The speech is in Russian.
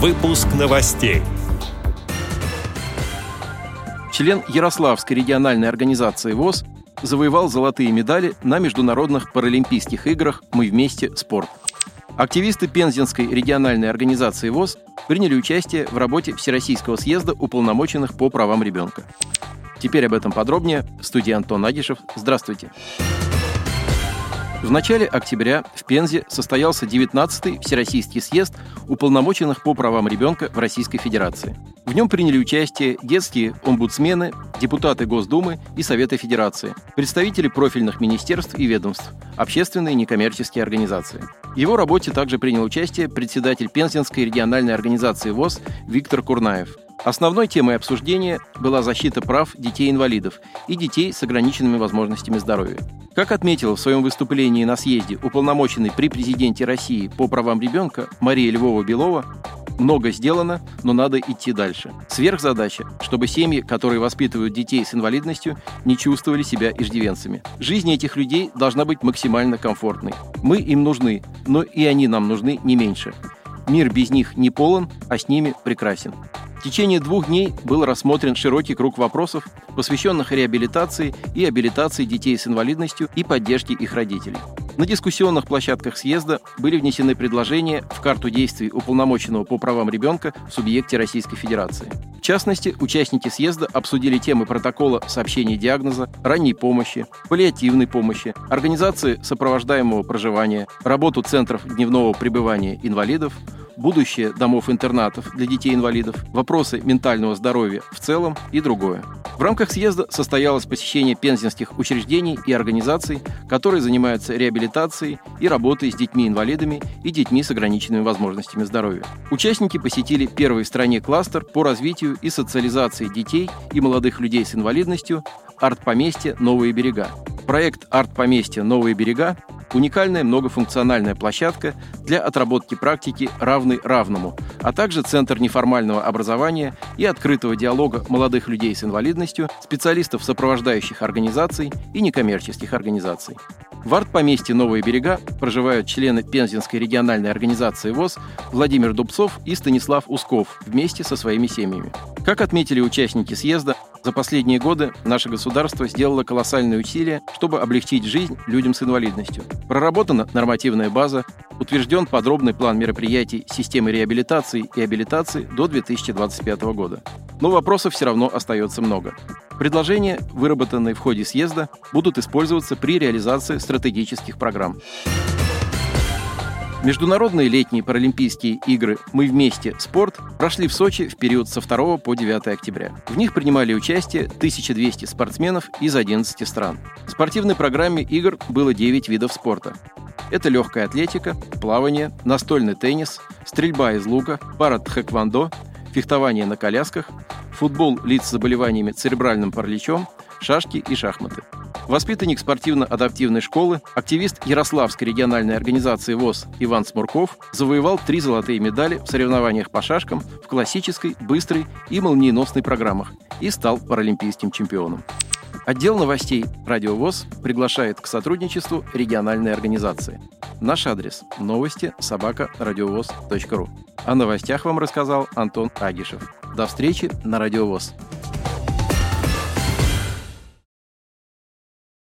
Выпуск новостей. Член Ярославской региональной организации ВОС завоевал золотые медали на Международных паралимпийских играх «Мы вместе. Спорт». Активисты Пензенской региональной организации ВОС приняли участие в работе Всероссийского съезда уполномоченных по правам ребенка. Теперь об этом подробнее. В студии Антон Агишев. Здравствуйте. В начале октября в Пензе состоялся 19-й Всероссийский съезд уполномоченных по правам ребенка в Российской Федерации. В нем приняли участие детские омбудсмены, депутаты Госдумы и Совета Федерации, представители профильных министерств и ведомств, общественные и некоммерческие организации. В его работе также принял участие председатель Пензенской региональной организации ВОС Виктор Курнаев. Основной темой обсуждения была защита прав детей-инвалидов и детей с ограниченными возможностями здоровья. Как отметила в своем выступлении на съезде уполномоченный при президенте России по правам ребенка Мария Львова-Белова, много сделано, но надо идти дальше. Сверхзадача, чтобы семьи, которые воспитывают детей с инвалидностью, не чувствовали себя иждивенцами. Жизнь этих людей должна быть максимально комфортной. Мы им нужны, но и они нам нужны не меньше. Мир без них не полон, а с ними прекрасен. В течение 2 дней был рассмотрен широкий круг вопросов, посвященных реабилитации и абилитации детей с инвалидностью и поддержке их родителей. На дискуссионных площадках съезда были внесены предложения в карту действий уполномоченного по правам ребенка в субъекте Российской Федерации. В частности, участники съезда обсудили темы протокола сообщения диагноза, ранней помощи, паллиативной помощи, организации сопровождаемого проживания, работу центров дневного пребывания инвалидов, будущее домов-интернатов для детей-инвалидов, вопросы ментального здоровья в целом и другое. В рамках съезда состоялось посещение пензенских учреждений и организаций, которые занимаются реабилитацией и работой с детьми-инвалидами и детьми с ограниченными возможностями здоровья. Участники посетили первый в стране кластер по развитию и социализации детей и молодых людей с инвалидностью «Арт-поместье. Новые берега». Проект «Арт-поместье. Новые берега» – уникальная многофункциональная площадка для отработки практики «Равный равному», а также центр неформального образования и открытого диалога молодых людей с инвалидностью, специалистов сопровождающих организаций и некоммерческих организаций. В арт-поместье «Новые берега» проживают члены Пензенской региональной организации ВОС Владимир Дубцов и Станислав Усков вместе со своими семьями. Как отметили участники съезда, за последние годы наше государство сделало колоссальные усилия, чтобы облегчить жизнь людям с инвалидностью. Проработана нормативная база, утвержден подробный план мероприятий системы реабилитации и абилитации до 2025 года. Но вопросов все равно остается много. Предложения, выработанные в ходе съезда, будут использоваться при реализации стратегических программ. Международные летние паралимпийские игры «Мы вместе. Спорт» прошли в Сочи в период со 2 по 9 октября. В них принимали участие 1200 спортсменов из 11 стран. В спортивной программе игр было 9 видов спорта. Это легкая атлетика, плавание, настольный теннис, стрельба из лука, пара-тхэквондо, фехтование на колясках, футбол лиц с заболеваниями церебральным параличом, шашки и шахматы. Воспитанник спортивно-адаптивной школы, активист Ярославской региональной организации ВОС Иван Смурков завоевал 3 золотые медали в соревнованиях по шашкам в классической, быстрой и молниеносной программах и стал паралимпийским чемпионом. Отдел новостей «Радио ВОС» приглашает к сотрудничеству региональной организации. Наш адрес – новости@радиовоз.ру. О новостях вам рассказал Антон Агишев. До встречи на Радио ВОС.